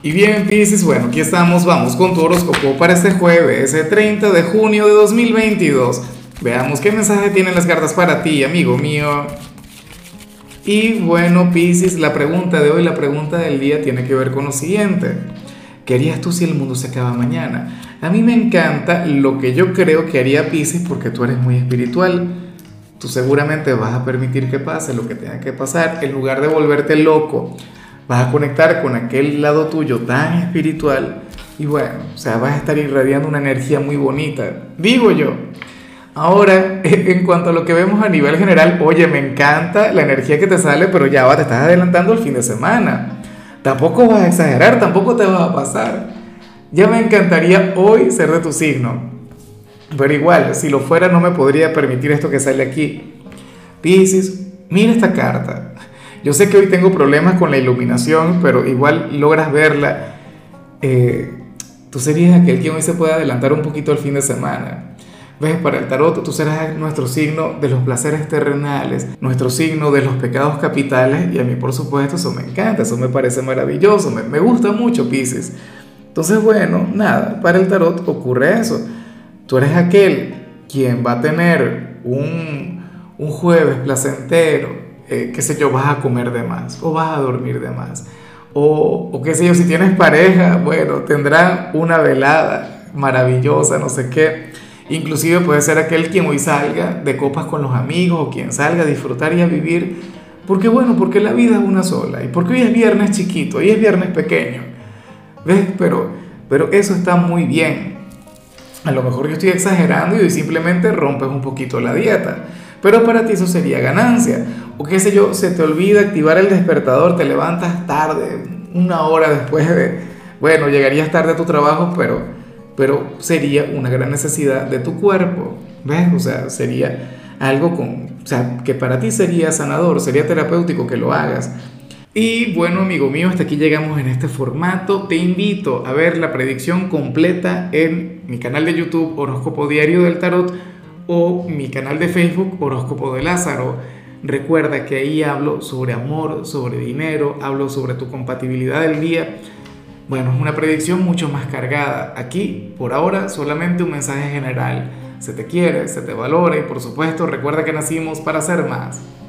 Y bien, Piscis, bueno, aquí estamos, vamos con tu horóscopo para este jueves, ese 30 de junio de 2022. Veamos qué mensaje tienen las cartas para ti, amigo mío. Y bueno, Piscis, la pregunta de hoy, la pregunta del día tiene que ver con lo siguiente. ¿Qué harías tú si el mundo se acaba mañana? A mí me encanta lo que yo creo que haría Piscis porque tú eres muy espiritual. Tú seguramente vas a permitir que pase lo que tenga que pasar en lugar de volverte loco. Vas a conectar con aquel lado tuyo tan espiritual y bueno, o sea, vas a estar irradiando una energía muy bonita, digo yo. Ahora, en cuanto a lo que vemos a nivel general, oye, me encanta la energía que te sale, pero ya va, te estás adelantando el fin de semana. Tampoco vas a exagerar, tampoco te va a pasar. Ya me encantaría hoy ser de tu signo, pero igual, si lo fuera no me podría permitir esto que sale aquí. Piscis, mira esta carta. Yo sé que hoy tengo problemas con la iluminación, pero igual logras verla. Eh, Tú serías aquel quien hoy se puede adelantar un poquito al fin de semana. ¿Ves? Para el tarot tú serás nuestro signo de los placeres terrenales, nuestro signo de los pecados capitales, y a mí por supuesto eso me encanta, eso me parece maravilloso, me gusta mucho, Piscis. Entonces, bueno, nada, para el tarot ocurre eso. Tú eres aquel quien va a tener un jueves placentero, qué sé yo, vas a comer de más o vas a dormir de más. O qué sé yo, si tienes pareja, bueno, tendrán una velada maravillosa, no sé qué. Inclusive puede ser aquel quien hoy salga de copas con los amigos o quien salga a disfrutar y a vivir. Porque bueno, porque la vida es una sola y porque hoy es viernes chiquito, hoy es viernes pequeño. ¿Ves? Pero eso está muy bien. A lo mejor yo estoy exagerando y hoy simplemente rompes un poquito la dieta, pero para ti eso sería ganancia. O qué sé yo, se te olvida activar el despertador, te levantas tarde, una hora después de, bueno, llegarías tarde a tu trabajo, pero sería una gran necesidad de tu cuerpo, ¿ves? O sea, sería algo o sea, que para ti sería sanador, sería terapéutico que lo hagas. Y bueno, amigo mío, hasta aquí llegamos en este formato. Te invito a ver la predicción completa en mi canal de YouTube Horóscopo Diario del Tarot o mi canal de Facebook Horóscopo de Lázaro. Recuerda que ahí hablo sobre amor, sobre dinero, hablo sobre tu compatibilidad del día. Bueno, es una predicción mucho más cargada. Aquí, por ahora, solamente un mensaje general. Se te quiere, se te valora y por supuesto recuerda que nacimos para ser más.